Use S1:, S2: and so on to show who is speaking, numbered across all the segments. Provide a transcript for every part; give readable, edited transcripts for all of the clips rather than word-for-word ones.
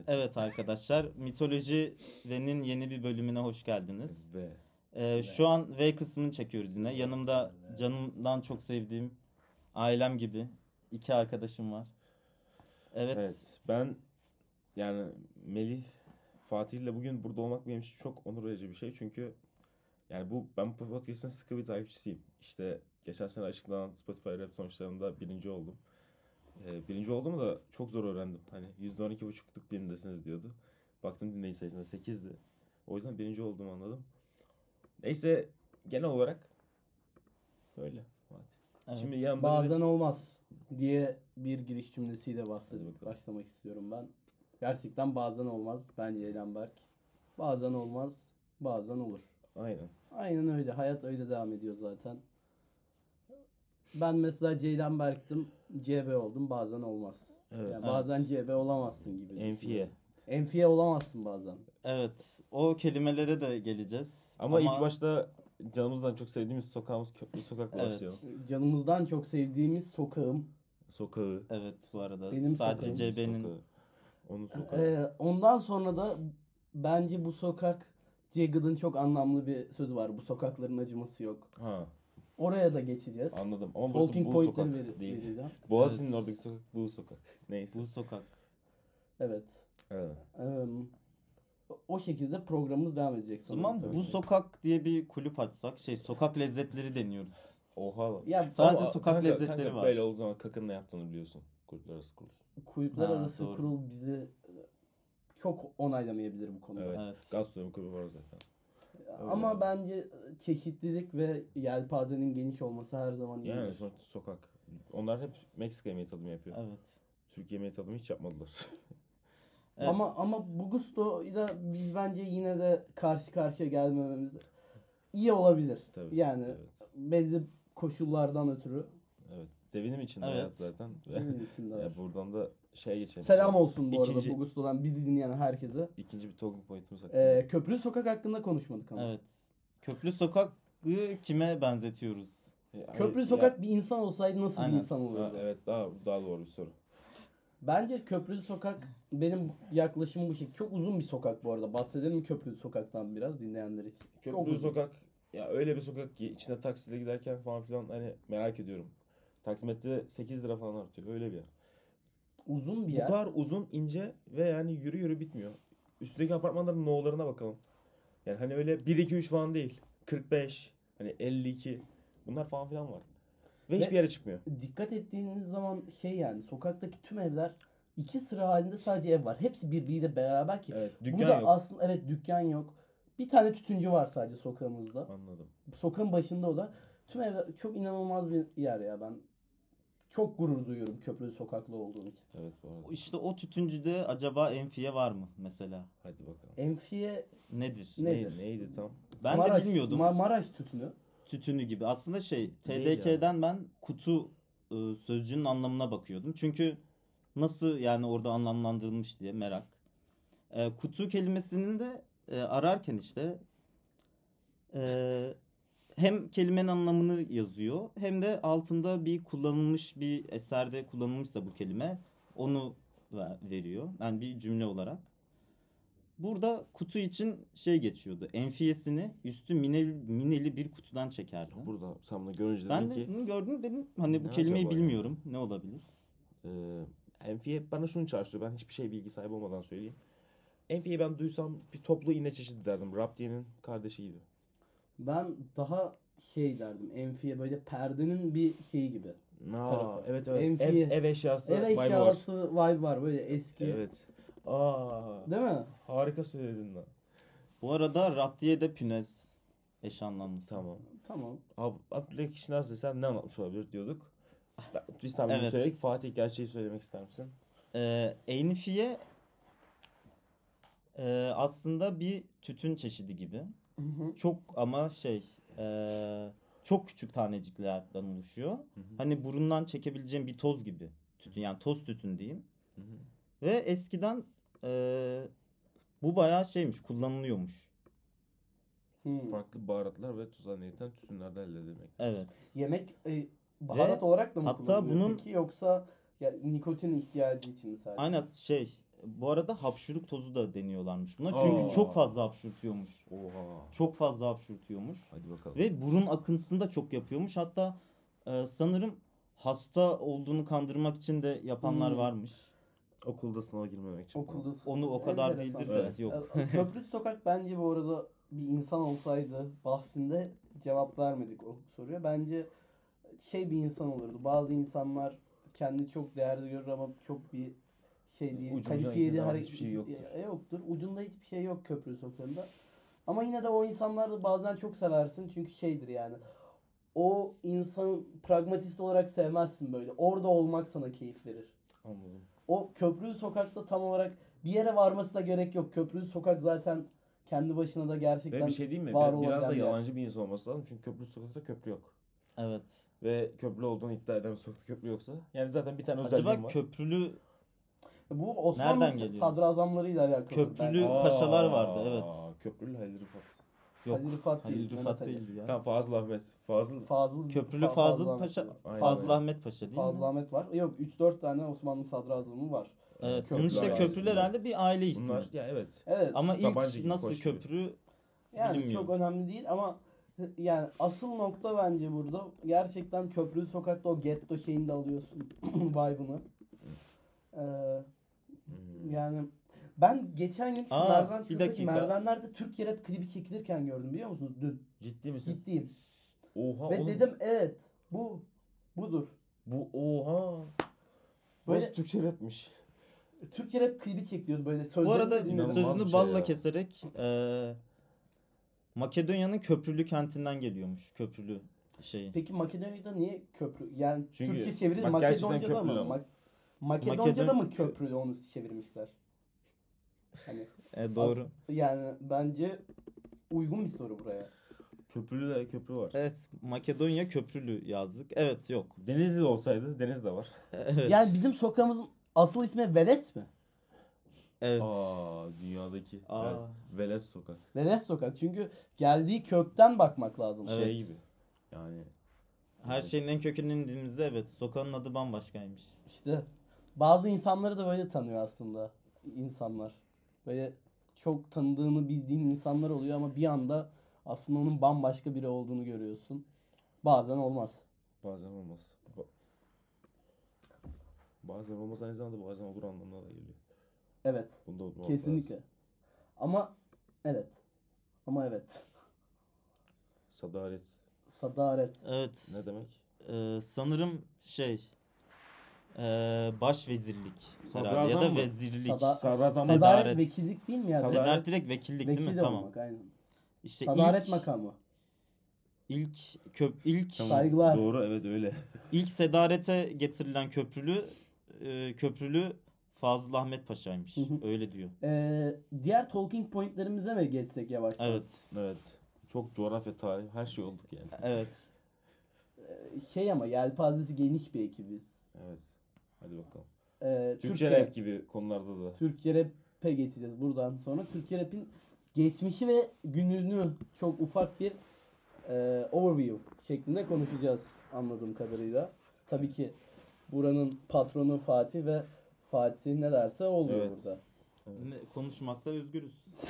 S1: Evet arkadaşlar, Mitoloji V'nin yeni bir bölümüne hoş geldiniz. Şu an V kısmını çekiyoruz yine. Yanımda canımdan çok sevdiğim, ailem gibi iki arkadaşım var. Evet.
S2: Ben yani Melih, Fatih ile bugün burada olmak benim için çok onur verici bir şey. Çünkü yani ben bu podcast'ın sıkı bir takipçisiyim. İşte geçen sene açıklanan Spotify Rap sonuçlarında birinci oldum. Birinci olduğumu da çok zor öğrendim. Hani %12,5'luk dinlindesiniz diyordu. Baktım dinleyici sayısında 8'di. O yüzden birinci olduğumu anladım. Neyse, genel olarak böyle.
S1: Evet.
S3: Şimdi bazen olmaz diye bir giriş cümlesiyle başlamak istiyorum ben. Gerçekten bazen olmaz bence Ceylanberk. Bazen olmaz, bazen olur.
S2: Aynen.
S3: Aynen öyle. Hayat öyle devam ediyor zaten. Ben mesela Ceylanberk'tim, CB oldum, bazen olmaz.
S2: Evet.
S3: Yani bazen CB olamazsın gibi.
S2: Enfiye
S3: olamazsın bazen.
S1: Evet. O kelimelere de geleceğiz.
S2: Ama ilk başta canımızdan çok sevdiğimiz sokağımız Köprülü Sokak'la başlayalım.
S3: Canımızdan çok sevdiğimiz
S2: Sokağı.
S1: Evet, bu arada.
S3: Benim
S1: sadece CB'nin.
S2: Onun sokağı.
S3: Ondan sonra da bence bu sokak, Jagged'ın çok anlamlı bir sözü var. Bu sokakların acıması yok.
S2: Ha.
S3: Oraya da geçeceğiz.
S2: Anladım. Ama burası bu sokak değil. Boğaziçi'nin oradaki sokak bu sokak. Neyse.
S1: Bu sokak.
S3: Evet. O şekilde programımız devam edecek.
S1: O zaman bu sokak diye bir kulüp açsak, sokak lezzetleri deniyoruz.
S2: Oha.
S1: Ya sadece sokak lezzetleri var.
S2: Böyle olduğu zaman Kak'ın ne yaptığını biliyorsun. Kulüpler arası kurul.
S3: Kulüpler arası kurul bizi çok onaylamayabilir bu konuda.
S2: Evet. Gazprom kulübü var zaten.
S3: Ama yani. Bence çeşitlilik ve yelpazenin geniş olması her zaman iyi.
S2: Yani sonuçta sokak. Onlar hep Meksika yemeği tadımı yapıyor.
S1: Evet.
S2: Türkiye yemeği tadımı hiç yapmadılar.
S3: Evet. Ama Bugusto'yla biz bence yine de karşı karşıya gelmememiz iyi olabilir.
S2: Tabii,
S3: yani belli koşullardan ötürü.
S2: Evet. Devinim içinde hayat zaten.
S3: Devinim içinde
S2: ya buradan da geçelim.
S3: Selam olsun bu arada Bugusto'dan bizi dinleyen herkese.
S2: İkinci bir talking point'imiz hakkında.
S3: Köprülü Sokak hakkında konuşmadık ama.
S1: Evet. Köprülü Sokak'ı kime benzetiyoruz?
S3: Köprülü Sokak bir insan olsaydı nasıl bir insan olurdu?
S2: Evet, daha doğru bir soru.
S3: Bence Köprülü Sokak, benim yaklaşımım bu şekilde. Çok uzun bir sokak bu arada. Bahsedelim Köprülü Sokak'tan biraz dinleyenler için.
S2: Köprülü Sokak ya öyle bir sokak ki içinde taksiyle giderken falan filan hani merak ediyorum. Taksimetre 8 lira falan artıyor. Öyle bir yer.
S3: Uzun bir yer.
S2: Bu kadar uzun, ince ve yani yürü bitmiyor. Üstündeki apartmanların no'larına bakalım. Yani hani öyle 1-2-3 falan değil. 45, hani 52. Bunlar falan filan var. Ve hiçbir yere çıkmıyor.
S3: Dikkat ettiğiniz zaman yani sokaktaki tüm evler 2 sıra halinde sadece ev var. Hepsi birbiriyle beraber ki.
S2: Evet, dükkan
S3: burada
S2: yok.
S3: Aslında dükkan yok. Bir tane tütüncü var sadece sokağımızda.
S2: Anladım.
S3: Sokağın başında o da. Tüm evler çok inanılmaz bir yer ya, ben çok gurur duyuyorum Köprülü Sokaklı olduğum için.
S2: Evet, bu arada.
S1: İşte o tütüncüde acaba Enfiye var mı mesela?
S2: Hadi bakalım.
S3: Enfiye
S1: nedir?
S2: Neydi tam?
S1: Ben de bilmiyordum.
S3: Maraş tütünü.
S1: Tütünü gibi. Aslında TDK'den ben kutu sözcüğünün anlamına bakıyordum. Çünkü nasıl yani orada anlamlandırılmış diye merak. Kutu kelimesinin de ararken işte hem kelimenin anlamını yazıyor hem de altında bir kullanılmış bir eserde kullanılmışsa bu kelime onu veriyor. Yani bir cümle olarak. Burada kutu için geçiyordu. Enfiyesini üstü mineli bir kutudan çekerdi.
S2: Burada sen bunu görünce
S1: ben
S2: dedin ki.
S1: Ben de bunu gördüm, dedim hani bu kelimeyi bilmiyorum. Yani? Ne olabilir?
S2: Enfiye bana şunu çağrıştırıyor. Ben hiçbir bilgi sahibi olmadan söyleyeyim. Enfiye ben duysam bir toplu iğne çeşidi derdim. Raptiye'nin kardeşiydi.
S3: Ben daha derdim. Enfiye böyle perdenin bir şeyi gibi.
S2: Evet.
S3: Enfiye,
S2: ev eşyası.
S3: Ev eşyası vibe var böyle eski.
S2: Evet.
S3: Değil mi?
S2: Harika söyledin lan.
S1: Bu arada raptiye de pünez eş anlamlısı.
S3: Tamam.
S2: Abdülhamit Şinasi sen ne anlatmış olabilir diyorduk. Biz tahminini söyledik. Fatih gerçeği söylemek ister misin?
S1: Enfiye aslında bir tütün çeşidi gibi.
S3: Hı-hı.
S1: Çok ama çok küçük taneciklerden oluşuyor. Hı-hı. Hani burundan çekebileceğim bir toz gibi tütün, yani toz tütün diyeyim. Hı-hı. Ve eskiden bu bayağı kullanılıyormuş.
S2: Farklı baharatlar ve tuzla niyeten tütünlerden elde edilmek.
S1: Evet.
S3: Yemek baharat olarak da mı
S1: hatta
S3: kullanılıyor peki, yoksa nikotin ihtiyacı için mi sadece?
S1: Aynen Bu arada hapşuruk tozu da deniyorlarmış buna. Çünkü
S2: Aa.
S1: çok fazla hapşurtuyormuş.
S2: Oha.
S1: Çok fazla hapşurtuyormuş.
S2: Hadi bakalım.
S1: Ve burun akıntısını da çok yapıyormuş. Hatta sanırım hasta olduğunu kandırmak için de yapanlar varmış.
S2: Okulda sınava girmemek için.
S3: Okulda
S1: Onu o kadar
S3: enteresan.
S1: değildir de
S2: Evet.
S1: yok.
S3: Köprülü Sokak bence bu arada bir insan olsaydı bahsinde cevap vermedik o soruya. Bence şey bir insan olurdu. Bazı insanlar kendi çok değerli görür ama çok bir şey değil.
S2: Ucunda
S3: Kalifiye
S2: hiçbir zaman
S3: hareket
S2: hiçbir şey yoktur.
S3: yoktur. Ucunda hiçbir şey yok Köprülü Sokak'ında. Ama yine de o insanları da bazen çok seversin. Çünkü şeydir yani. O insanı pragmatist olarak sevmezsin böyle. Orada olmak sana keyif verir.
S2: Anladım.
S3: O Köprülü Sokak'ta tam olarak bir yere varmasına gerek yok. Köprülü Sokak zaten kendi başına da gerçekten
S2: Ve bir şey diyeyim mi?
S3: var
S2: Biraz
S3: olabilen
S2: da
S3: bir yer.
S2: yalancı bir insan olması lazım. Çünkü köprü sokakta köprü yok.
S1: Evet.
S2: Ve köprü olduğunu iddia eden bir sokakta köprü yoksa. Yani zaten bir tane
S1: Acaba
S2: özelliğim var.
S1: köprülü
S3: Bu Osmanlı
S1: Nereden geliyor?
S3: sadrazamlarıyla alakalı.
S1: Köprülü
S2: Aa,
S1: paşalar vardı, evet.
S2: Köprülü Halil Rıfat.
S1: yok.
S3: Halil Rıfat değil,
S1: Halil
S3: Mehmet
S1: Rıfat
S3: Ali.
S1: değildi ya.
S2: Tamam Fazıl Ahmet.
S1: Köprülü Fazıl
S3: Ahmet
S1: Paşa,
S3: var.
S2: Aynen
S1: Fazıl
S2: öyle.
S1: Ahmet Paşa değil
S3: Fazıl
S1: mi?
S3: Ahmet var. Yok 3-4 tane Osmanlı sadrazamı var.
S1: Evet.
S3: Köprü
S1: Bunun işte
S2: ailesi.
S1: köprüler herhalde bir aile ismi.
S2: Bunlar ya evet.
S3: Evet.
S1: Ama
S2: Sabancı
S1: ilk
S2: gibi,
S1: nasıl
S2: Koç gibi.
S1: köprü
S3: Yani
S1: bilmiyorum.
S3: çok önemli değil ama yani asıl nokta bence burada gerçekten Köprülü Sokak'ta o getto şeyini de alıyorsun vibe'ını. Yani ben geçen gün
S1: Aa,
S3: Merdan
S1: bir
S3: Şuradaki
S1: dakika.
S3: Merdanler'de Türkçe rap klibi çekilirken gördüm biliyor musunuz? Dün.
S2: Ciddi misin?
S3: Ciddiyim.
S2: Oha
S3: Ve
S2: oğlum.
S3: dedim evet budur.
S2: Bu oha.
S3: Böyle-
S2: Böyle Türkçe rapmiş.
S3: Türkçe rap klibi çekiliyordu böyle
S1: Bu
S3: sözlerini
S1: arada
S3: dinledim.
S2: İnanılmaz bir
S1: sözünü
S2: şey
S1: balla
S2: ya.
S1: keserek Makedonya'nın Köprülü kentinden geliyormuş. Köprülü şeyi.
S3: Peki Makedonya'da niye köprü? Yani
S2: Çünkü
S3: Türkçe çeviri
S2: bak gerçekten
S3: Makedonca'da mı?
S2: köprülü ama.
S3: Makedonca'da
S1: Makedon-
S3: mı köprülü onu çevirmişler? Hani
S1: Doğru.
S3: yani bence uygun bir soru buraya.
S2: Köprülü de köprü var.
S1: Evet, Makedonya Köprülü yazdık. Evet, yok.
S2: Denizli olsaydı deniz de var.
S1: Evet.
S3: Yani bizim sokağımızın asıl ismi Veles mi?
S1: Evet.
S2: Dünyadaki.
S1: Aa.
S2: Evet. Veles sokak.
S3: Veles sokak çünkü geldiği kökten bakmak lazım.
S1: Evet.
S2: Şey gibi. Yani
S1: Her şeyin en kökünün indiğimizde evet, sokağın adı bambaşkaymış.
S3: İşte bazı insanları da böyle tanıyor aslında insanlar. Böyle çok tanıdığını bildiğin insanlar oluyor ama bir anda aslında onun bambaşka biri olduğunu görüyorsun. Bazen olmaz.
S2: bazen olmaz. Bazen olmaz aynı zamanda bazen olur anlamına da geliyor.
S3: Evet.
S2: Bunda olmamak
S3: Kesinlikle.
S2: lazım.
S3: Ama evet. Ama evet.
S2: Sadaret.
S3: Sadaret.
S1: Evet.
S2: Ne demek?
S1: Sanırım başvezirlik herhalde ya
S2: Sadrazam
S1: da
S2: mı?
S1: vezirlik.
S2: Sadrazam
S1: Sadaret.
S3: Sadaret vekillik değil mi ya?
S2: Sadaret-
S1: Sadaret direkt vekillik değil
S3: Vekil
S1: mi?
S3: de
S1: Tamam.
S3: olmak aynen.
S1: İşte
S3: Sadaret
S1: ilk
S3: makamı.
S1: ilk
S2: Tamam.
S3: Saygılar.
S2: Doğru evet öyle.
S1: ilk sedarete getirilen köprülü Fazıl Ahmet Paşa'ymış.
S3: Hı hı.
S1: Öyle diyor.
S3: Diğer talking pointlerimize mi geçsek yavaştan?
S1: Evet.
S2: Evet. Çok coğrafya, tarih her şey olduk yani.
S1: Evet.
S3: Şey ama yelpazesi geniş bir ekibiz.
S2: Evet. Hadi bakalım.
S3: Türkçe
S2: Türkçe rap gibi konularda da.
S3: Türkçe rap'e geçeceğiz buradan sonra. Türkçe rap'in geçmişi ve gününü çok ufak bir overview şeklinde konuşacağız anladığım kadarıyla. Tabii ki buranın patronu Fatih ve Fatih ne derse o oluyor
S2: Evet.
S3: burada.
S1: Konuşmakta özgürüz.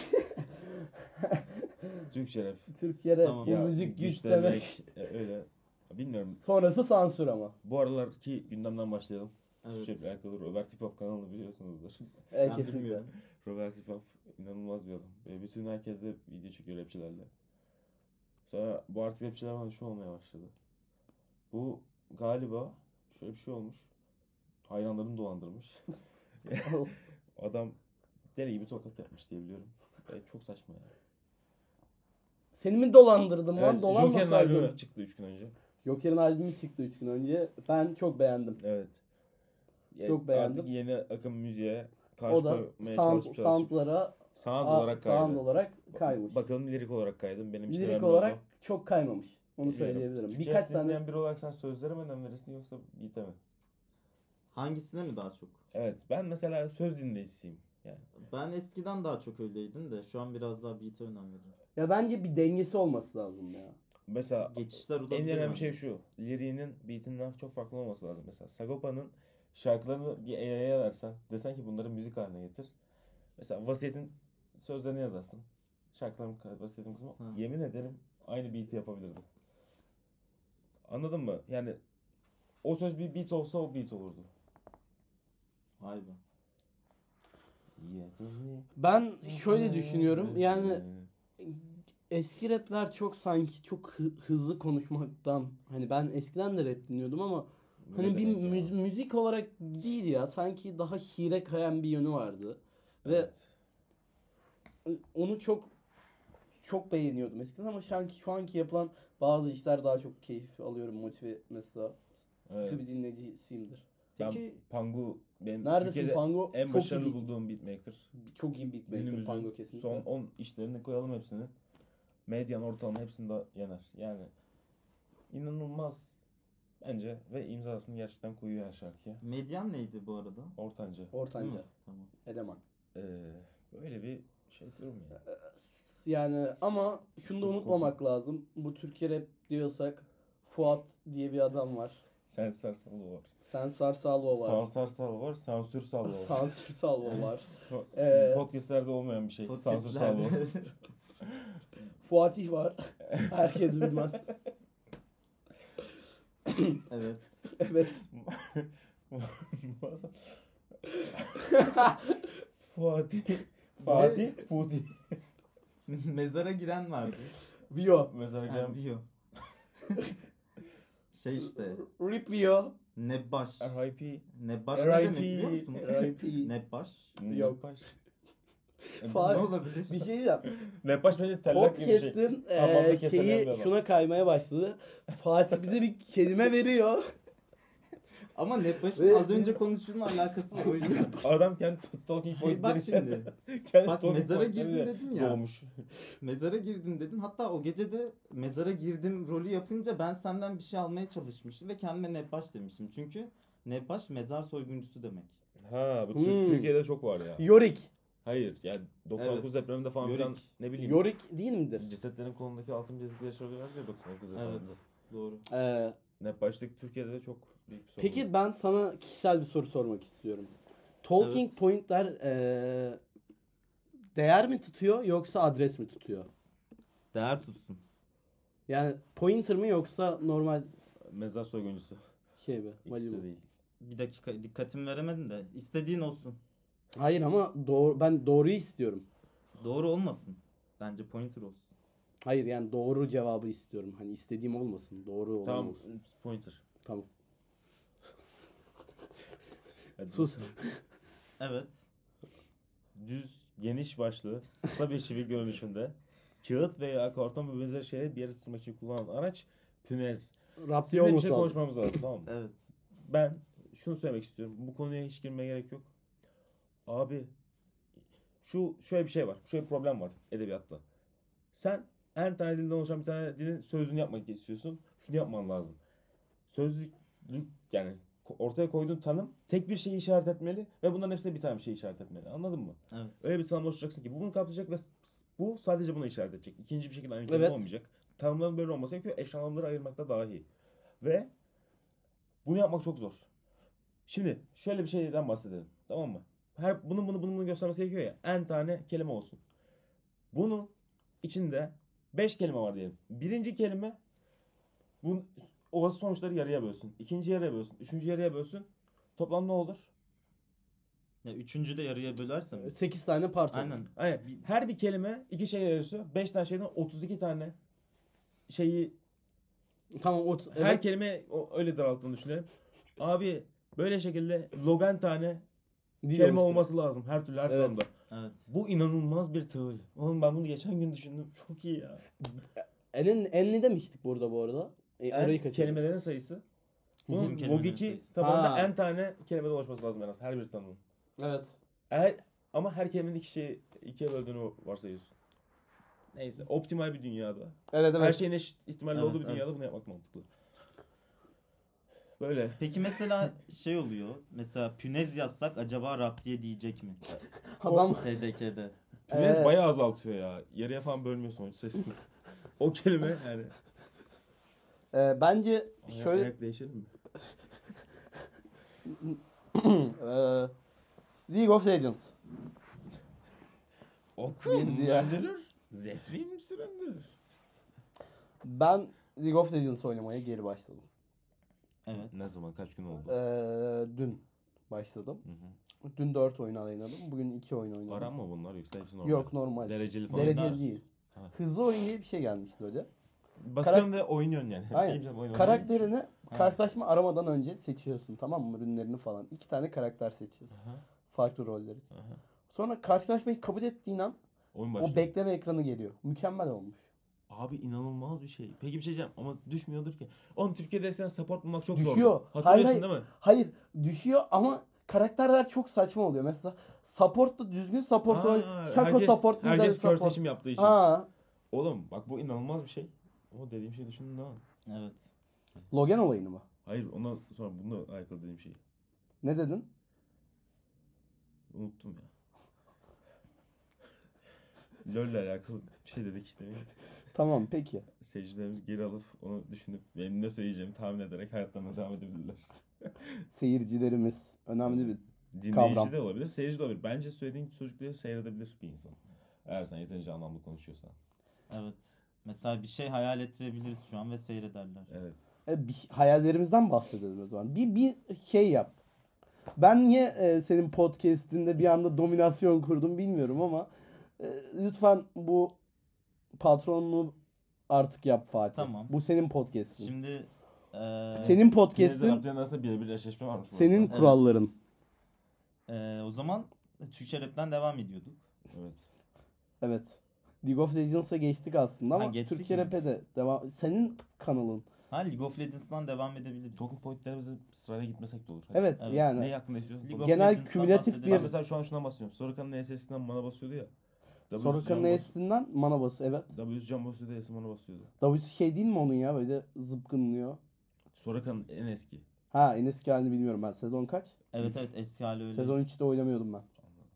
S2: Türkçe rap.
S3: Türkçe rap,
S1: Tamam.
S3: bu
S2: Ya,
S3: müzik güç demek.
S2: Öyle. Bilmiyorum.
S3: Sonrası sansür ama.
S2: Bu aralarki gündemden başlayalım.
S1: Evet.
S2: Türkçe rap alakalı Robert Hip Hop kanalını biliyorsunuzdur.
S1: Ben
S3: Kesinlikle.
S1: bilmiyorum.
S2: Robert Hip Hop inanılmaz bir adam. Bütün herkes de video çekiyor rapçilerle. Sonra bu artık rapçiler bana şu olmaya başladı. Bu galiba şöyle bir şey olmuş. Hayranlarını dolandırmış. Adam deli gibi tokat yapmış diye biliyorum. Çok saçma yani.
S3: Seni mi dolandırdım lan?
S2: Evet, Joker'in
S3: Dolanmasaydın.
S2: albümü çıktı 3 gün önce.
S3: Joker'in albümü çıktı 3 gün önce. Ben çok beğendim.
S2: Evet.
S3: Çok beğendim.
S2: Artık yeni akım müziğe
S3: O
S2: karşı
S3: da
S2: koymaya çalışıp
S3: soundlara
S2: sound olarak kaydı.
S3: sound olarak kaymış.
S2: Bakalım lirik olarak kaydım. Benim için
S3: Lirik
S2: önemli
S3: olarak
S2: oldu.
S3: çok kaymamış. Onu
S2: Bilmiyorum.
S3: söyleyebilirim.
S2: Türkçe
S3: Birkaç
S2: rap
S3: tane
S2: dinleyen biri olarak sen sözlere mi önem verirsin yoksa beat'e mi?
S1: Hangisine mi daha çok?
S2: Evet. Ben mesela söz dinleyicisiyim. Yani.
S1: Ben eskiden daha çok öyleydim de şu an biraz daha beat'e önem veriyorum.
S3: ya bence bir dengesi olması lazım ya.
S2: Mesela
S1: Geçişler
S2: en
S1: olabilir
S2: önemli
S1: bence.
S2: şey şu. Liriğinin beat'inden çok farklı olması lazım. Mesela Sagopa'nın şarkılarını bir AI'ya versen, desen ki bunları müzik haline getir. Mesela Vasiyet'in sözlerini yazarsın. Şarkıların Vasiyet'in kısmı.
S1: Ha.
S2: Yemin ederim aynı beat'i yapabilirdi. Anladın mı? Yani o söz bir beat olsa o beat olurdu.
S1: Vay be.
S3: Ben şöyle düşünüyorum. Yani eski rapler çok sanki çok hızlı konuşmaktan, hani ben eskiden de rap dinliyordum ama hani bir müzik olarak değil ya, sanki daha şiire kayan bir yönü vardı.
S2: Evet.
S3: Ve onu çok beğeniyordum eskiden ama şu anki yapılan bazı işler daha çok keyif alıyorum, motive mesela. Sıkı
S2: Evet.
S3: bir dinleyicisiyimdir.
S2: Ben
S1: Peki
S2: Pangu benim
S3: Neredesin
S2: Türkiye'de
S3: Pango?
S2: en
S3: Çok
S2: başarılı
S3: iyi
S2: bulduğum beatmaker.
S3: Çok iyi beatmaker
S2: Günümüzün
S3: Pango kesinlikle.
S2: son 10 işlerini koyalım hepsini. Medyan ortalama hepsini de yener. Yani inanılmaz bence ve imzasını gerçekten koyuyor her şarkıya.
S1: medyan neydi bu arada?
S2: Ortanca.
S1: Değil
S3: Ortanca.
S1: mi? Tamam.
S3: Eleman.
S2: Böyle bir şey diyorum ya.
S3: Yani ama şunu da
S2: Çok
S3: unutmamak lazım. Bu Türkiye rap diyorsak Fuat diye bir adam var.
S2: Sensör Salvo var.
S3: Sensar Salvo var.
S2: Sansar Salvo var. Sansür Salvo var.
S3: Sansür Salvo var.
S2: Podcastlerde olmayan bir şey. Sansür Salvo.
S3: Fuatih var. Herkes bilmez.
S1: Evet.
S3: Evet.
S2: Fatih. Futi.
S1: Mezara giren vardı.
S3: Vio.
S2: Mesela
S1: Ha, Vio. Şey işte.
S3: Rip Vio.
S1: Nebbaş.
S2: R.I.P.
S1: Nebbaş ne demek biliyor
S3: R.I.P.
S1: musun?
S3: R.I.P.
S1: Nebbaş.
S3: Yok.
S2: Nepaş.
S1: Ne
S3: Fatih.
S1: olabilir?
S3: Bir şey diyeceğim.
S2: Nepaş bence tellak gibi bir şey.
S3: Podcast'ın
S2: Hamamda kesemeyen bir
S3: şeyi
S2: adam.
S3: şuna kaymaya başladı. Fatih bize bir kelime veriyor.
S1: Ama Nebbaş'ın
S3: Ve-
S1: az önce konuştuğunun alakası var o yüzden.
S2: Adam kendi talking
S1: Bak
S2: pointleri
S1: şimdi.
S2: kendi
S1: Bak,
S2: talking
S1: mezara
S2: pointleriyle
S1: girdin dedin ya.
S2: Doğmuş.
S1: Mezara girdim dedin. Hatta o gece de mezara girdim rolü yapınca ben senden bir şey almaya çalışmıştım ve kendime Nebbaş demiştim. Çünkü Nebbaş mezar soyguncusu demek.
S2: Ha bu
S3: Hmm.
S2: Türkiye'de çok var ya.
S3: Yorik.
S2: Hayır yani 99
S1: Evet.
S2: depreminde falan
S1: Yörük.
S2: filan ne bileyim.
S3: Yorik değil midir?
S2: Cesetlerin kolundaki altın bilezikleri şöyle ya 99
S1: Evet.
S2: depreminde.
S1: Doğru.
S2: Nepaş'taki Türkiye'de de çok büyük bir sorun.
S3: Peki ben sana kişisel bir soru sormak istiyorum. Talking
S1: Evet.
S3: point'ler değer mi tutuyor yoksa adres mi tutuyor?
S1: Değer tutsun.
S3: Yani pointer mi yoksa normal
S2: Mezar soyguncusu.
S3: şey mi?
S2: İkisi
S3: Value
S2: de
S3: mu?
S2: değil.
S1: Bir dakika dikkatimi veremedin de. İstediğin olsun.
S3: Hayır ama ben doğruyu istiyorum.
S1: Doğru olmasın. Bence pointer olsun.
S3: Hayır yani doğru cevabı istiyorum. Hani istediğim olmasın. Doğru olan
S2: Tamam
S3: olsun.
S2: pointer.
S3: Tamam.
S2: Hadi.
S3: Sus.
S1: Evet.
S2: Düz, geniş başlı, kısa bir çivi görünüşünde kağıt veya karton ve benzeri şeyleri bir yere tutmak için kullanılan araç pünez.
S3: Rapti
S2: Sizinle bir
S3: olması
S2: şey
S3: lazım.
S2: konuşmamız lazım tamam mı?
S1: Evet.
S2: Ben şunu söylemek istiyorum. Bu konuya hiç girmeye gerek yok. Abi şöyle bir şey var. Şöyle bir problem var edebiyatta. Sen en tane dilden oluşan bir tane dilin sözlüğünü yapmak istiyorsun. Şunu yapman lazım. Sözlük yani ortaya koyduğun tanım tek bir şeyi işaret etmeli ve bunların hepsine bir tane bir şey işaret etmeli. Anladın mı?
S1: Evet.
S2: Öyle bir tanım oluşturacaksın ki bu bunu kapsayacak ve bu sadece bunu işaret edecek. İkinci bir şekilde aynı kelime
S3: Evet.
S2: olmayacak. Tanımların böyle olması gerekiyor. Eş anlamları ayırmakta dahi. Ve bunu yapmak çok zor. Şimdi şöyle bir şeyden bahsedelim. Tamam mı? Bunu göstermesi gerekiyor ya. En tane kelime olsun. Bunun içinde 5 kelime var diyelim. Birinci kelime bunun olası sonuçları yarıya bölsün. İkinci yarıya bölsün. Üçüncü yarıya bölsün. Toplam ne olur?
S1: Ya üçüncü de yarıya bölersem.
S3: 8 tane part olur.
S1: Aynen.
S2: Aynen. Her bir kelime 2 şey yarısı. 5 tane şeyden 32 tane şeyi
S3: Tamam
S2: her
S3: evet.
S2: kelime öyle daralttığını düşünelim. Abi böyle şekilde logan tane
S3: Dil
S2: kelime
S3: oluşturuyor.
S2: olması lazım her türlü her
S3: Evet.
S2: konuda.
S1: Evet.
S2: Bu inanılmaz bir tığıl. Oğlum ben bunu geçen gün düşündüm. Çok iyi ya.
S3: En ne demiştik burada bu arada? Orayı kaçırdım.
S2: Kelimelerin sayısı. Bunun
S1: Kelimelerin
S2: logiki
S1: sayısı.
S2: tabanında
S3: Ha.
S2: en tane kelimede oluşması lazım en az her bir tanımın.
S3: Evet.
S2: Ama her kelimenin ikiye böldüğünü varsayıyorsun. Neyse optimal bir dünyada.
S3: Evet
S2: Her şeyin eşit ihtimalle
S1: Evet,
S2: olduğu bir
S1: evet.
S2: dünyada bunu yapmak mantıklı. Böyle.
S1: Peki mesela şey oluyor. Mesela pünez yazsak acaba rap diye diyecek mi?
S3: Adam
S1: TDK'de.
S2: Pünez bayağı azaltıyor ya. Yarıya falan bölmüyor sonuç sesini. O kelime yani.
S3: bence şöyle
S2: Ayak değişir mi?
S3: League of Legends.
S2: Okun
S3: Bir diğer-
S2: öldürür, zehrim süründürür.
S3: Ben League of Legends oynamaya geri başladım.
S1: Evet.
S2: Ne zaman, kaç gün oldu?
S3: Dün başladım.
S2: Hı hı.
S3: Dün 4 oyun oynadım. Bugün 2 oyun oynadım.
S2: Aran mı bunlar yoksa hepsi normal?
S3: Yok, normal.
S2: Dereceli falan.
S3: Dereceli
S1: Oyunlar-
S3: değil.
S2: Ha.
S3: Hızlı oyun diye bir şey gelmişti öyle.
S2: Basıyorsun ve oynuyorsun yani.
S3: Aynen.
S2: Oyun
S3: Karakterini
S1: Ha.
S3: karşılaşma aramadan önce seçiyorsun, tamam mı? Ürünlerini falan. 2 tane karakter seçiyorsun.
S2: Aha,
S3: Farklı rolleri.
S2: aha.
S3: Sonra karşılaşmayı kabul ettiğin an
S2: Oyun
S3: o
S2: başlıyor.
S3: bekleme ekranı geliyor. Mükemmel olmuş.
S2: Abi inanılmaz bir şey. Peki bir şey diyeceğim ama düşmüyordur ki. Oğlum Türkiye'de sen support bulmak çok
S3: Düşüyor.
S2: zor. Hatırlıyorsun
S3: Hayır,
S2: değil mi?
S3: Hayır, düşüyor ama karakterler çok saçma oluyor. Mesela support da düzgün support oluyor. Shaco support, lider
S2: herkes kör
S3: support.
S2: seçim yaptığı için.
S3: Ha,
S2: Oğlum bak bu inanılmaz bir şey. Ama dediğim şey düşündün değil mi?
S1: Evet.
S3: Logan olayını mı?
S2: Hayır ondan sonra bununla alakalı dediğim şeyi.
S3: Ne dedin?
S2: Unuttum ya. LoL'le alakalı bir şey dedik işte.
S3: Tamam, peki.
S2: Seyircilerimiz geri alıp onu düşünüp benim ne söyleyeceğimi tahmin ederek hayatlarına devam edebilirler.
S3: Seyircilerimiz önemli bir
S2: Dinleyici
S3: Kavram.
S2: de olabilir, seyirci de olabilir. Bence söylediğin çocukları seyredebilir bir insan. Eğer sen yeterince anlamlı konuşuyorsan.
S1: Evet. Mesela bir şey hayal ettirebiliriz şu an ve seyrederler.
S2: Evet.
S3: hayallerimizden bahsedelim o zaman. Bir şey yap. Ben niye senin podcast'inde bir anda dominasyon kurdum bilmiyorum ama lütfen bu patronluğu artık yap Fatih.
S1: Tamam.
S3: Bu senin podcast'in.
S1: Şimdi
S3: Senin
S2: Deniz'le
S3: podcast'in,
S2: Abdü'nün arasında birebir eşleşme varmış. bu
S3: senin
S2: arada.
S3: kuralların.
S1: o zaman Türkçe Rap'ten devam ediyorduk.
S2: Evet.
S3: Evet. League of Legends'a geçtik aslında
S1: Ha,
S3: ama
S1: geçtik
S3: Türkiye
S1: mi?
S3: Rap'e de devam. Senin kanalın.
S1: Ha, League of Legends'dan devam edebiliriz.
S2: Talking pointlerimize sırayla gitmesek de olur. Hadi.
S3: Evet,
S1: Evet.
S3: yani
S2: Ne hakkında istiyorsun?
S1: League of
S3: Genel
S1: Legends'tan
S3: kümülatif
S1: bahsedelim.
S2: Ben
S3: bir-
S2: mesela şu an şuna basıyorum. Sorakan'ın ESS'den mana basıyordu ya.
S3: Soruka'nın S'sinden mana bas. Evet.
S2: W'su can basıyordu, S'si mana basıyordu.
S3: W'su şey değil mi onun ya, böyle zıpkınlıyor.
S2: Sorakan'ın en eski.
S3: Ha, en eski halini bilmiyorum ben. Sezon kaç?
S1: Evet
S2: Üç.
S1: evet, eski hali öyle.
S3: Sezon 3'te oynamıyordum ben.
S2: Anladım.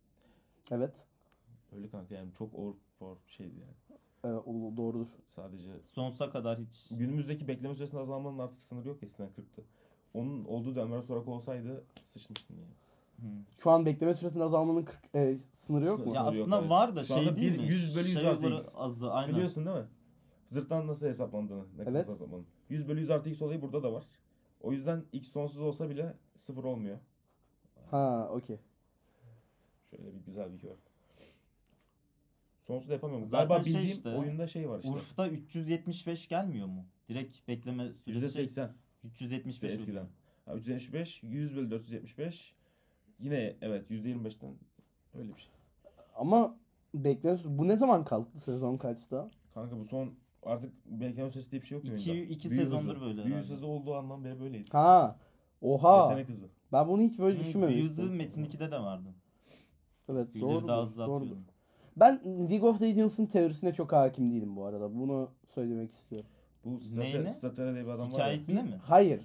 S3: Evet.
S2: Öyle kanka yani çok overpower bir şeydi yani.
S3: Evet, doğrudur.
S2: Sadece
S1: Sonsuza kadar hiç.
S2: günümüzdeki bekleme süresinde azalmanın artık sınırı yok, eskiden 40'tı. Onun olduğu dönemler Soraka olsaydı sıçmıştın yani.
S1: Hı.
S3: Şu an bekleme süresinin azalmanın sınırı yok mu?
S2: Sınır-
S1: Ya
S2: yok,
S1: aslında
S2: evet.
S1: var da
S2: Şu
S1: şey
S2: anda
S1: değil
S2: bir
S1: mi?
S2: 100 bölü 100
S1: Şey
S2: artı
S1: olarak
S2: X.
S1: azdı, aynen.
S2: Biliyorsun değil mi? Zırhtan nasıl hesaplandığını, ne kadar
S3: Evet.
S2: hesaplandığını. 100 bölü 100 artı X olayı burada da var. O yüzden X sonsuz olsa bile sıfır olmuyor.
S3: Ha, okey.
S2: Şöyle bir güzel bir kör. Sonsuz da yapamıyorum.
S1: Zaten
S2: Galiba
S1: şey
S2: bildiğim
S1: işte,
S2: oyunda şey var işte.
S1: Urf'ta 375 gelmiyor mu? Direkt bekleme süresi
S2: %80
S1: 375
S2: eskiden.
S1: oluyor.
S2: Ha, 375, 100 bölü 475. Yine evet %25'ten öyle bir şey.
S3: Ama bekleme bu ne zaman kalktı? Sezon kaçta?
S2: Kanka bu son artık bekleme süresi diye bir şey yok
S1: İki-
S2: oyunda.
S1: iki
S2: Büyü
S1: sezondur
S2: hızı.
S1: böyle
S2: Büyü
S1: herhalde.
S2: hızı olduğu andan beri böyleydi.
S3: Ha. Oha.
S2: Yetenek hızı.
S3: Ben bunu hiç böyle
S1: Büyüzü
S3: düşünmemiştim.
S1: Metin 2'de de vardı.
S3: Evet,
S1: Büyüleri
S3: doğru.
S1: daha hızlı
S3: Doğru.
S1: atıyordum.
S3: Ben League of Legends'ın teorisine çok hakim değilim bu arada. Bunu söylemek istiyorum.
S2: Bu
S1: Neyine?
S2: Stratera diye bir adam var ya.
S1: Hikayesine mi?
S3: Hayır.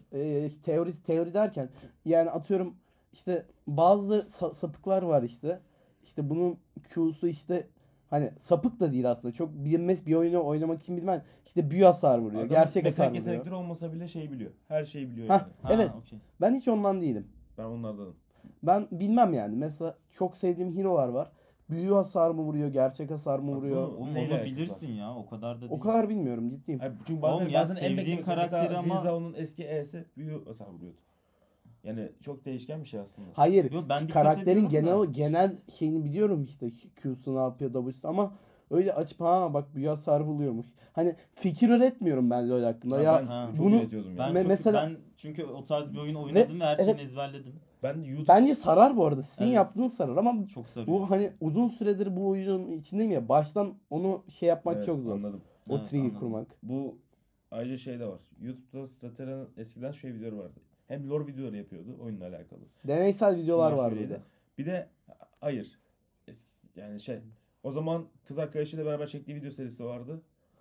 S3: Teori derken yani atıyorum işte bazı sapıklar var işte. İşte bunun Q'su işte hani sapık da değil aslında. Çok bilinmez bir oyunu oynamak için bilmem. İşte büyü hasar vuruyor.
S2: Adam
S3: Gerçek hasar
S2: mekanik
S3: vuruyor.
S2: yetenekleri olmasa bile şey biliyor. Her şeyi biliyor
S3: Hah.
S2: yani.
S1: Ha,
S3: Evet.
S1: okey.
S3: Ben hiç ondan değilim.
S2: Ben onlardanım.
S3: Ben bilmem yani. Mesela çok sevdiğim hero'lar var. Büyü hasar mı vuruyor? Gerçek hasar mı
S2: Bak
S3: vuruyor?
S2: bu-
S1: Oğlum
S2: Neyle
S1: onu
S2: alakası
S1: bilirsin ya, o kadar da değil.
S3: O kadar bilmiyorum, ciddiyim.
S2: Hayır, çünkü
S1: Oğlum
S2: bazen,
S1: ya,
S2: bazen en
S1: sevdiğin
S2: beklemesi
S1: karakteri
S2: mesela
S1: ama-
S2: Zinzao'nun eski E'si büyü hasar vuruyordu. Yani çok değişken bir şey aslında.
S3: Hayır.
S1: Yo, ben dikkat
S3: Karakterin
S1: ediyorum da.
S3: genel şeyini biliyorum işte. Q'su ne yapıyor, W'su ama öyle açıp ha bak büyü hasar buluyormuş. Hani fikir üretmiyorum ben LoL hakkında. Ya
S2: ben
S1: ha.
S2: çok
S3: bunu-
S2: üretiyordum
S1: Ben,
S2: yani.
S3: Me- mesela-
S1: ben çünkü o tarz bir oyun oynadım ve her şeyini
S3: evet.
S1: ezberledim.
S2: Ben YouTube
S3: bence sarar bu arada. Sizin
S1: Evet.
S3: yaptığınız sarar ama
S1: Çok sarıyor.
S3: bu hani uzun süredir bu oyunun içindeyim ya. Baştan onu şey yapmak
S2: Evet,
S3: çok zor.
S2: anladım.
S3: O
S1: Evet,
S3: trigger
S1: anladım.
S3: kurmak.
S2: Bu ayrıca şey de var. YouTube'da Stratera'nın eskiden şey videoları vardı. Hem lore videoları yapıyordu oyunla alakalı.
S3: Deneysel videolar
S2: Şunlar
S3: vardı
S2: şöyleydi.
S3: burada.
S2: Bir de hayır. Yani şey. O zaman kız arkadaşıyla beraber çektiği video serisi vardı.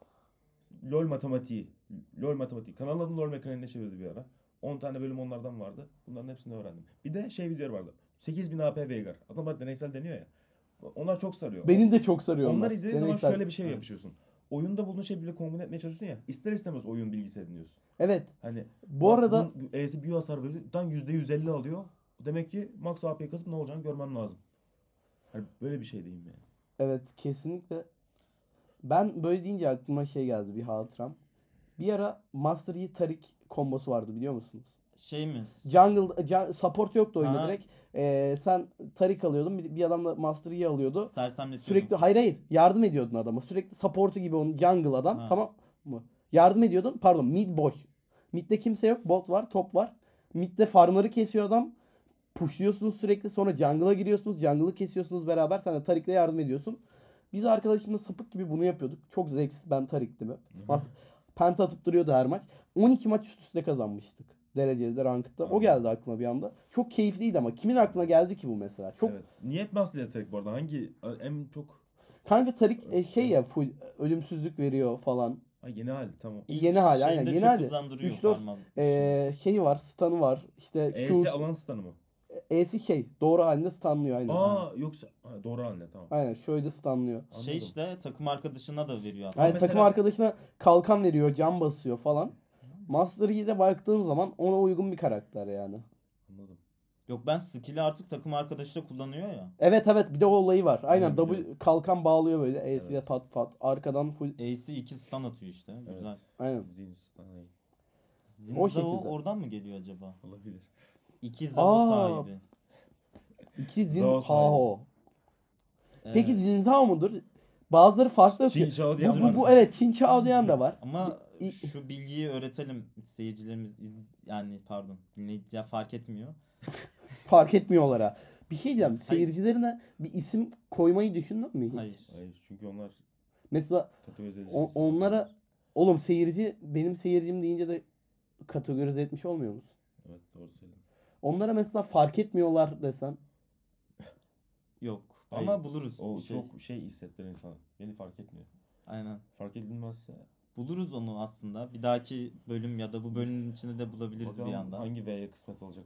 S2: LoL matematiği. LoL matematiği. Kanalın adını LoL mekaniğine çevirdi bir ara. 10 tane bölüm onlardan vardı. Bunların hepsini öğrendim. Bir de şey videoları vardı. 8000 AP Veigar. Adamlar deneysel deniyor ya. Onlar çok sarıyor.
S3: Beni de çok sarıyor onlar.
S2: Onları izlediğin zaman
S3: Deneysel.
S2: şöyle bir şey yapışıyorsun. Oyunda bulduğun şey bile kombine etmeye çalışıyorsun ya. İster istemez oyun bilgisi ediniyorsun.
S3: Evet.
S2: Hani
S3: Bu arada
S2: E'si büyü hasar veriyor. Dan %150 alıyor. Demek ki max AP kasıp ne olacağını görmem lazım. Hani böyle bir şey diyeyim yani.
S3: Evet, kesinlikle. Ben böyle deyince aklıma şey geldi, bir hatıram. Bir ara Master Yi Tarik kombosu vardı, biliyor musunuz?
S1: Şey mi?
S3: Support yoktu oyunda
S1: Ha.
S3: direkt. Sen Tarik alıyordun, bir adam da Master Yi alıyordu.
S1: Sersemletiyor.
S3: Sürekli hayır yardım ediyordun adama. Sürekli supportu gibi onun jungle adam,
S1: Ha.
S3: tamam mı? Yardım ediyordun. Pardon, mid boş. Mid'de kimse yok. Bot var, top var. Mid'de farmları kesiyor adam. Pushluyorsunuz sürekli, sonra jungle'a giriyorsunuz. Jungle'ı kesiyorsunuz beraber. Sen de Tarik'le yardım ediyorsun. Biz arkadaşımla sapık gibi bunu yapıyorduk. Çok zevksiz, ben Tarik'tim hep. Penta atıp duruyordu her maç. 12 maç üst üste kazanmıştık. Dereceli de ranked'da. O geldi aklıma bir anda. Çok keyifliydi ama kimin aklına geldi ki bu mesela? Çok
S2: Evet. Niye hep Master Yi Tarik bu arada? Hangi en çok...
S3: kanka Tarik şey ya, full ölümsüzlük veriyor falan.
S2: Ha, yeni hali tamam.
S3: Yeni hali, aynen,
S1: şeyinde
S3: yeni
S1: çok
S3: hali.
S1: hızlandırıyor
S3: Güçlü olsun.
S1: parmağı.
S3: Şeyi var, stun'ı var. İşte
S2: E'si alan stun'ı mı?
S3: E'si şey, doğru halinde stunlıyor aynen.
S2: Yoksa doğru haline tamam.
S3: Aynen, şöyle stunlıyor.
S2: Anladım.
S1: Şey işte takım arkadaşına da veriyor hatta.
S3: Aynen,
S2: mesela-
S3: takım arkadaşına kalkan veriyor, can basıyor falan. Master Yi'de baktığın zaman ona uygun bir karakter yani.
S2: Anladım.
S1: Yok, ben skill'i artık takım arkadaşı da kullanıyor ya.
S3: Evet bir de o olayı var. Aynen,
S2: Aynen, biliyorum.
S3: kalkan bağlıyor böyle. E'siyle
S2: Evet.
S3: pat pat. Arkadan full.
S1: Ace'i 2 stun atıyor işte. Güzel.
S2: Evet.
S3: Aynen.
S2: Zin stun
S1: Zinzao
S3: şekilde.
S1: oradan mı geliyor acaba?
S2: olabilir.
S1: 2 Zao
S3: Aa,
S1: sahibi.
S3: İki
S2: Zhao
S3: Zinhao.
S1: Evet.
S3: Peki Zinzao mudur? Bazıları farklı
S2: Çin
S3: atıyor.
S2: Chao diyen
S3: Bu,
S2: var.
S3: bu evet, Çin Chao diyen de var.
S1: Ama
S3: İ-
S1: şu bilgiyi öğretelim seyircilerimiz yani pardon dinleyiciler fark etmiyor.
S3: Fark etmiyorlar. Bir şey diyeceğim.
S1: Hayır.
S3: Seyircilerine bir isim koymayı düşündün mü hiç?
S1: Hayır.
S2: Hayır çünkü onlar
S3: Mesela
S2: kategorize edici
S3: onlara, oğlum seyirci, benim seyircim deyince de kategorize etmiş olmuyor musun?
S2: Evet doğru söyledin.
S3: Onlara mesela fark etmiyorlar desen.
S1: Yok.
S2: Hayır.
S1: Ama buluruz
S2: O
S1: bir şey.
S2: çok şey hissettiren insan. Beni fark etmiyor.
S1: Aynen.
S2: Fark edilmezse
S1: Buluruz onu aslında. Bir dahaki bölüm ya da bu bölümün içinde de bulabiliriz
S2: bakalım
S1: bir anda.
S2: hangi V'ye kısmet olacak o.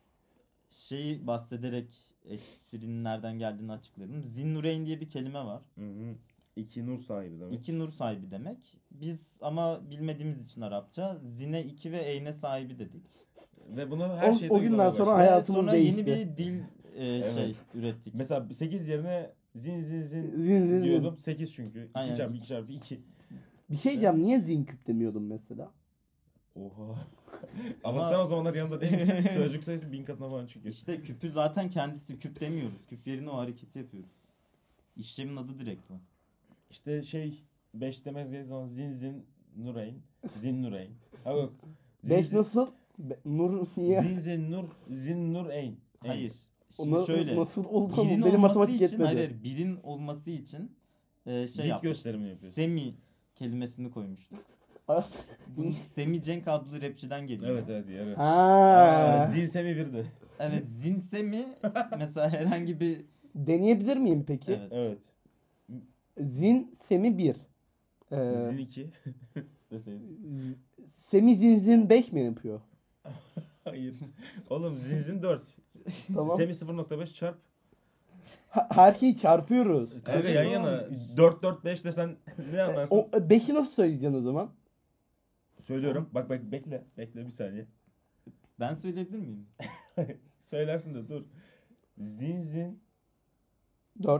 S1: Şeyi bahsederek esprinin nereden geldiğini açıklayalım. Zinnureyn diye bir kelime var.
S2: Hı. İki nur sahibi demek.
S1: İki nur sahibi demek. Biz ama bilmediğimiz için Arapça zine 2 ve eyne sahibi dedik.
S2: Ve bunu her şeyde
S3: O günden
S2: uygulamaya
S3: sonra
S2: başladık.
S1: Ve
S3: hayatımız
S1: sonra
S3: değişti.
S1: yeni bir dil şey
S2: Evet.
S1: ürettik.
S2: Mesela 8 yerine zin
S3: Zin.
S2: diyordum. 8 çünkü.
S1: Aynen.
S2: 2 çarpı 2 çarpı 2.
S3: Bir şey diyeceğim. Niye Zinküp demiyordun mesela?
S2: Oha.
S1: Ama-
S2: Allah'tan o zamanlar yanında değil misin? Sözcük sayısı 1000 katına falan çünkü.
S1: İşte küpü zaten kendisi küp demiyoruz. Küp yerine o hareketi yapıyoruz. İşlemin adı direkt o.
S2: İşte 5 demez geldiği zaman zin nureyn. Zin nureyn. Ha yok.
S3: 5 nasıl? Nur niye?
S2: Zin nureyn.
S1: Hayır. Şimdi şöyle.
S3: Nasıl oldu?
S1: Birin
S3: Benim
S1: olması
S3: matematik
S1: için,
S3: yetmedi.
S1: hayır, birin olması için şey
S2: Bit
S1: yaptık.
S2: gösterimi yapıyorsun.
S1: Semi kelimesini koymuştuk. Bu Semi Cenk adlı rapçiden geliyor.
S2: Evet yarı.
S3: Ha.
S2: Zin semi 1'di.
S1: Evet, Zin Semi mesela herhangi bir
S3: Deneyebilir miyim peki?
S1: evet.
S2: Evet.
S3: Zin Semi 1.
S2: Zin 2 deseydin.
S3: Semi Zin 5 mi yapıyor?
S2: Hayır. Oğlum zin 4.
S3: Tamam.
S2: Semi 0.5 çarp.
S3: Her şeyi çarpıyoruz.
S2: Kanka
S1: Evet,
S2: yan
S1: oğlum.
S2: yana 4 desen ne anlarsın?
S3: O 5'i nasıl söyleyeceksin o zaman?
S2: Söylüyorum. Bak bekle. Bekle bir saniye.
S1: Ben söyleyebilir miyim?
S2: Söylersin de dur. Zin
S3: 4.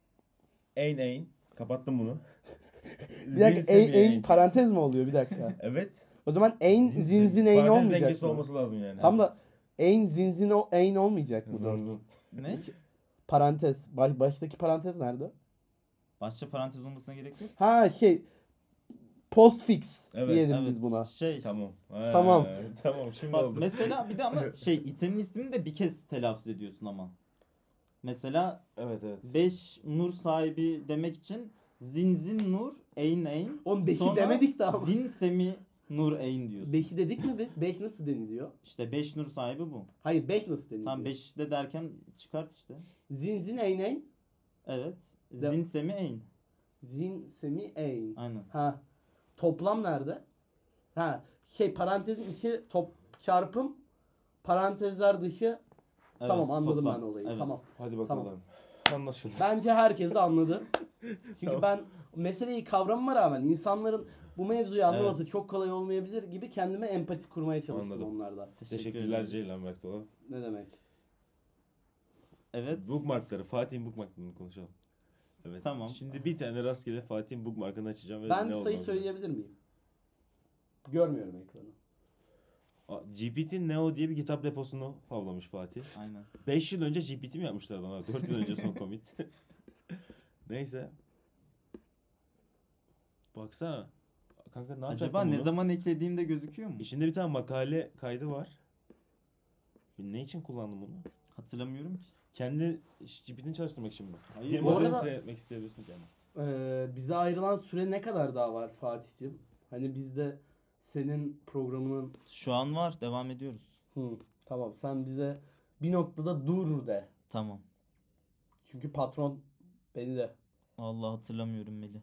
S2: Ein. Kapattım bunu.
S3: Bir dakika, en parantez mi oluyor? Bir dakika.
S2: Evet.
S3: O zaman en zin ein
S2: Parantez
S3: olmayacak
S2: dengesi
S3: mı?
S2: olması lazım yani.
S3: Tam da en zin ein olmayacak mı?
S2: Zın.
S1: Ne?
S3: Parantez. Baştaki parantez nerede?
S1: Başça parantez olmasına gerek yok.
S3: Ha şey, postfix
S2: Evet,
S3: diyelim
S1: Evet.
S3: biz buna.
S1: Şey.
S2: Tamam.
S3: Tamam.
S2: Tamam şimdi
S1: Bak
S2: oldu.
S1: mesela bir de ama şey itemin ismini de bir kez telaffuz ediyorsun ama. Mesela
S2: Evet.
S1: 5 nur sahibi demek için Zin Nur Eyn.
S3: Oğlum 5'i
S1: Sonra
S3: demedik de ama.
S1: Zin Semi Nur Eyn diyorsun.
S3: 5'i dedik mi biz? 5 nasıl deniliyor?
S1: İşte 5 nur sahibi bu.
S3: Hayır, 5 nasıl deniliyor?
S1: Tam 5 de derken çıkart işte.
S3: Zin ein.
S1: Evet.
S3: De-
S1: Zin Semi Eyn.
S3: Zin semi ein.
S1: Aynen.
S3: Ha. Toplam nerede? Ha, şey, parantezin içi çarpım, parantezler dışı.
S1: Evet,
S3: Tamam, anladım
S1: toplam.
S3: ben olayı.
S1: Evet.
S3: Tamam.
S2: Hadi bakalım.
S3: Tamam.
S2: Anlaşıldı.
S3: Bence herkes de anladı. Çünkü
S2: Tamam.
S3: ben meseleyi kavramama rağmen insanların bu mevzuyu anlaması çok kolay olmayabilir gibi kendime empati kurmaya çalıştım
S2: Anladım.
S3: onlardan.
S2: Teşekkürler Ceylan Berktoğlu.
S3: Ne demek?
S1: Evet.
S2: Bookmarkları. Fatih'in bookmarklarını konuşalım. Evet.
S1: Tamam.
S2: Şimdi bir tane rastgele Fatih'in bookmarkını açacağım ve
S3: Ben
S2: ne
S3: sayı
S2: olduğunu
S3: söyleyebilir miyim? Görmüyorum ekranı.
S2: GPT Neo diye bir kitap deposunu favlamış Fatih.
S1: Aynen.
S2: 5 yıl önce GPT mi yapmışlar adamlar? 4 yıl önce son commit. Neyse. Baksana. Kanka ne yapacaktın
S1: Acaba ne
S2: bunu?
S1: zaman eklediğimde gözüküyor mu?
S2: İçinde bir tane makale kaydı var. Ne için kullandım bunu?
S1: Hatırlamıyorum ki.
S2: Kendi GPT'ni çalıştırmak için mi?
S1: Hayır.
S2: Bir
S3: Bu
S2: modeli
S3: arada-
S2: train etmek isteyebilirsin kendin.
S3: Bize ayrılan süre ne kadar daha var Fatih'cim? Hani bizde senin programının...
S1: Şu an var. Devam ediyoruz.
S3: Tamam, sen bize bir noktada dur de.
S1: Tamam.
S3: Çünkü patron beni de.
S1: Vallahi hatırlamıyorum Melih.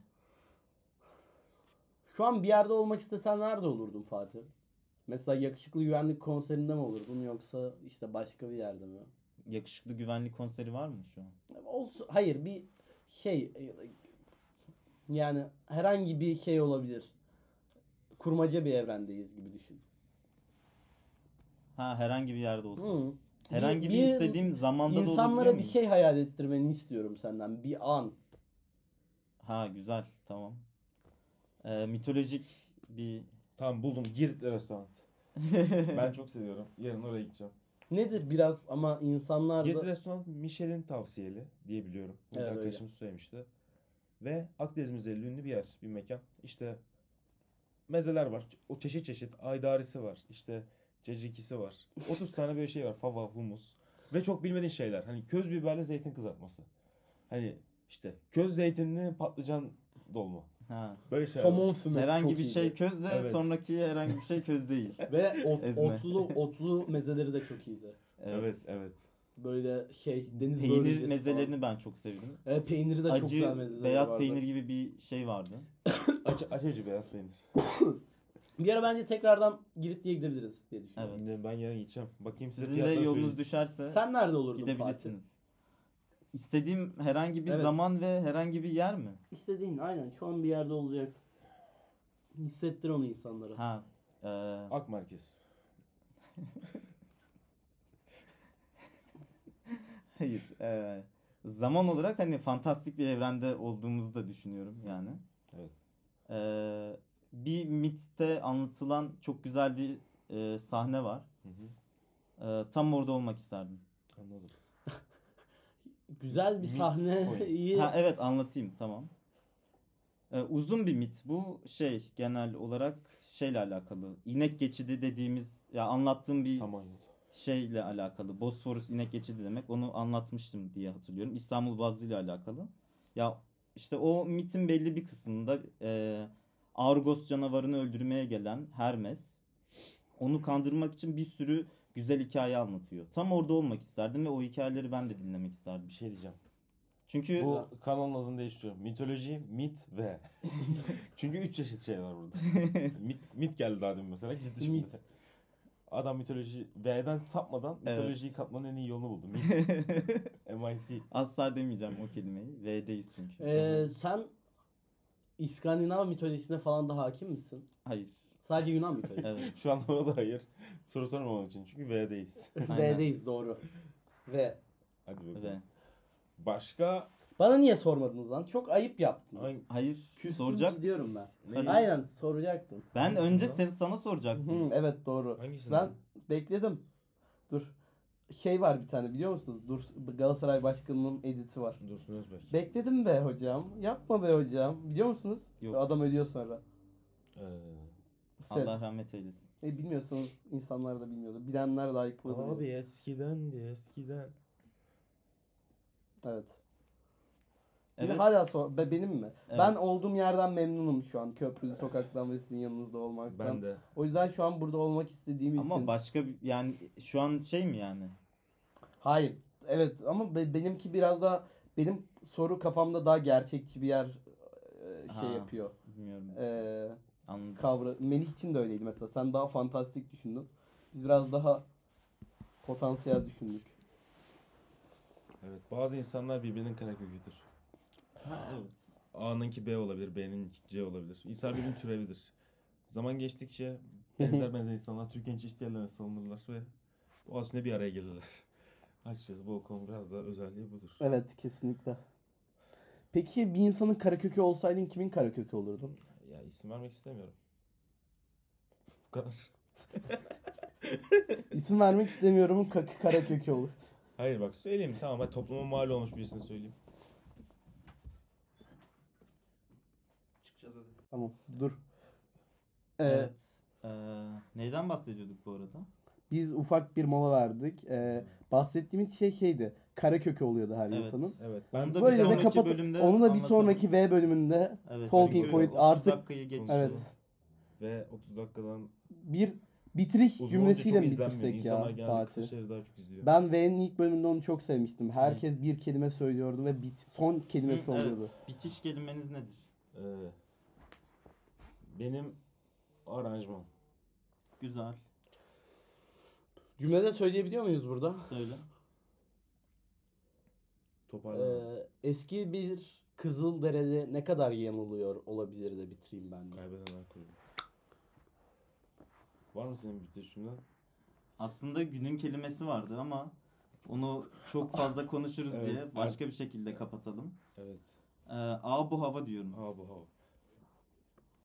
S3: Şu an bir yerde olmak istesen nerede olurdun Fatih? Mesela yakışıklı güvenlik konserinde mi olurdun yoksa işte başka bir yerde mi?
S1: Yakışıklı güvenlik konseri var mı şu an?
S3: Olsun, hayır, bir şey, yani herhangi bir şey olabilir. Kurmaca bir evrendeyiz gibi düşün.
S1: Ha, herhangi bir yerde olsun.
S3: Hı.
S1: Herhangi bir istediğim zamanda da olabiliyor
S3: İnsanlara bir
S1: muyum?
S3: şey hayal ettirmeni istiyorum senden. Bir an.
S1: Ha, güzel. Tamam. Mitolojik bir...
S2: Tamam buldum. Girit restoran. Ben çok seviyorum. Yarın oraya gideceğim.
S3: Nedir biraz ama insanlar
S2: Girit
S3: da...
S2: restoran Michelin tavsiyeli diye biliyorum. Bir
S3: Evet,
S2: arkadaşımız söylemişti. Ve Akdeniz mezeleri ünlü bir yer, bir mekan. İşte mezeler var. O çeşit çeşit. Aydarisi var. İşte cacikisi var. 30 tane böyle şey var. Fava, humus. Ve çok bilmediğin şeyler. Hani köz biberli zeytin kızartması. Hani işte köz zeytinli patlıcan dolma.
S1: Ha.
S2: Böyle şeyler var.
S3: Somon fümesi
S1: Herhangi
S3: çok
S1: bir
S3: iyiydi.
S1: şey közde,
S2: Evet.
S1: sonraki herhangi bir şey köz değil.
S3: Ve
S1: Ezme.
S3: otlu mezeleri de çok iyiydi.
S2: Evet, evet.
S3: Böyle şey, deniz
S1: Peynir
S3: börülcesi
S1: mezelerini ben çok sevdim.
S3: falan. Peyniri de çok güzel
S1: Acı
S3: mezeleri
S1: beyaz
S3: vardı.
S1: peynir gibi bir şey vardı.
S2: Acı beyaz peynir.
S3: Bir ara bence tekrardan Giritli'ye gidebiliriz diye düşünüyorum.
S1: Evet.
S2: Şimdi ben yarın gideceğim. Bakayım size
S1: Sizin de
S2: fiyatları
S1: yolunuz
S2: söyleyeyim.
S1: düşerse
S3: Sen nerede olurdun
S1: gidebilirsiniz. İstediğim herhangi bir
S3: Evet.
S1: zaman ve herhangi bir yer mi?
S3: Fatih? İstediğin, aynen, şu an bir yerde olacaksın. Hissettir onu insanlara.
S1: Ha.
S2: Ak Merkez.
S1: Hayır. Zaman olarak hani fantastik bir evrende olduğumuzu da düşünüyorum yani.
S2: Evet.
S1: Bir mitte anlatılan çok güzel bir sahne var.
S2: Hı hı.
S1: Tam orada olmak isterdim.
S2: Anladım.
S3: Güzel bir
S2: Meet
S3: sahneyi...
S1: Ha, evet, anlatayım, tamam. Uzun bir mit. Bu şey genel olarak şeyle alakalı. İnek geçidi dediğimiz, ya anlattığım bir
S2: Samanyolu.
S1: şeyle alakalı. Bosforus inek geçidi demek. Onu anlatmıştım diye hatırlıyorum. İstanbul Boğazı ile alakalı. Ya işte o mitin belli bir kısmında Argos canavarını öldürmeye gelen Hermes onu kandırmak için bir sürü güzel hikaye anlatıyor. Tam orada olmak isterdim ve o hikayeleri ben de dinlemek isterdim.
S2: Bir şey diyeceğim.
S1: Çünkü
S2: Bu kanalın adını değiştiriyorum. Mitoloji, mit ve. Çünkü 3 çeşit şey var burada. mit geldi daha demin mesela. Ciddi şimdi.
S3: Mit.
S2: Adam mitoloji V'den sapmadan
S1: Evet.
S2: mitolojiyi katmanın en iyi yolunu buldu. Mit. MIT.
S1: asla demeyeceğim o kelimeyi. V'deyiz çünkü.
S3: Sen İskandinav mitolojisine falan da hakim misin?
S1: Hayır.
S3: Sadece Yunan mitolojisi.
S1: Evet.
S2: Şu an ona da hayır. Soru sormaman için. Çünkü V'deyiz.
S1: Aynen.
S3: V'deyiz, doğru. V.
S2: Hadi bakalım.
S1: Ve
S2: Başka
S3: Bana niye sormadınız lan? Çok ayıp yaptınız.
S1: hayır,
S3: Küstüm,
S1: soracak.
S3: gidiyorum ben.
S2: Ne?
S3: Aynen, soracaktım.
S1: Ben
S2: Hangisi
S1: önce
S2: bu?
S1: sana soracaktım.
S3: Evet, doğru.
S2: Hangisini?
S3: Ben bekledim. Dur. Şey var bir tane, biliyor musunuz? Dur, Galatasaray Başkanı'nın editi var.
S2: Dursun Özbek.
S3: Bekledim be hocam. Yapma be hocam. Biliyor musunuz?
S1: Yok.
S3: Adam ölüyor sonra.
S2: Ee,
S3: Sen,
S1: Allah rahmet eylesin.
S3: bilmiyorsanız insanlar da bilmiyordu. Bilenler like'ladı.
S2: abi
S3: beni.
S2: eskiden de eskiden.
S3: Evet. Bir de
S1: Evet.
S3: hala benim mi?
S1: Evet.
S3: Ben olduğum yerden memnunum şu an. Köprülü sokaktan ve sizin yanınızda olmaktan.
S2: Ben de.
S3: O yüzden şu an burada olmak istediğim için.
S1: Ama başka yani şu an şey mi yani?
S3: Hayır. Evet ama benimki biraz daha, benim soru kafamda daha gerçekçi bir yer şey
S1: Ha.
S3: yapıyor.
S1: Bilmiyorum.
S3: Ee,
S1: Anladım.
S3: Melih için de öyleydi mesela. Sen daha fantastik düşündün. Biz biraz daha potansiyel düşündük.
S2: Evet. Bazı insanlar birbirinin kareköküdür.
S1: Ha, evet.
S2: A'nınki B olabilir, B'nin C olabilir. İnsan birbirinin türevidir. Zaman geçtikçe benzer insanlar Türkiye'nin çeşitli yerlerine salınırlar ve bu aslında bir araya gelirler. Açıkçası bu okulun biraz daha özelliği budur.
S3: Evet, kesinlikle. Peki bir insanın karakökü olsaydın kimin karakökü olurdun?
S2: Ya isim vermek istemiyorum. Bu kadar.
S3: İsim vermek istemiyorum, karakökü olur.
S2: Hayır bak söyleyeyim tamam, hadi topluma mal olmuş birisini söyleyeyim.
S4: Çıkacağız hadi.
S3: Tamam, dur.
S1: Evet. Neyden bahsediyorduk bu arada?
S3: Biz ufak bir mola verdik. Bahsettiğimiz şey şeydi. Karakökü oluyordu her
S1: Evet.
S3: insanın.
S2: Evet.
S1: Onu
S2: Ben
S1: da
S3: Böyle
S1: bir
S3: de
S1: sonraki
S3: kapat.
S1: bölümde
S3: Onu da bir
S1: anlatalım.
S3: sonraki V bölümünde
S1: Evet,
S3: Talking
S1: çünkü
S3: Point
S1: 30
S3: artık
S1: dakikayı geçiyor.
S3: evet
S2: ve 30 dakikadan
S3: bir bitiriş
S2: uzun olunca
S3: cümlesiyle
S2: çok
S3: mi
S2: izlenmiyor.
S3: bitirsek
S2: İnsanlar
S3: ya
S2: genelde kısa
S3: Fatih?
S2: şeyleri daha çok izliyor.
S3: Ben V'nin ilk bölümünde onu çok sevmiştim. Herkes bir kelime söylüyordu ve son kelimesi
S1: Hı,
S3: oluyordu.
S1: evet. Bitiş kelimeniz nedir?
S2: Ee, benim aranjman.
S1: Güzel.
S3: Cümlede söyleyebiliyor muyuz burada?
S1: Söyle.
S2: Toparlama.
S3: Eski bir Kızılderili ne kadar yanılıyor olabilir de bitireyim ben de.
S2: Kaybedenler kulübü. Var mı senin bitiş cümlen?
S1: Aslında günün kelimesi vardı ama onu çok fazla konuşuruz
S2: Evet.
S1: diye başka bir şekilde kapatalım.
S2: Evet.
S1: Bu hava diyorum.
S2: Ha bu hava.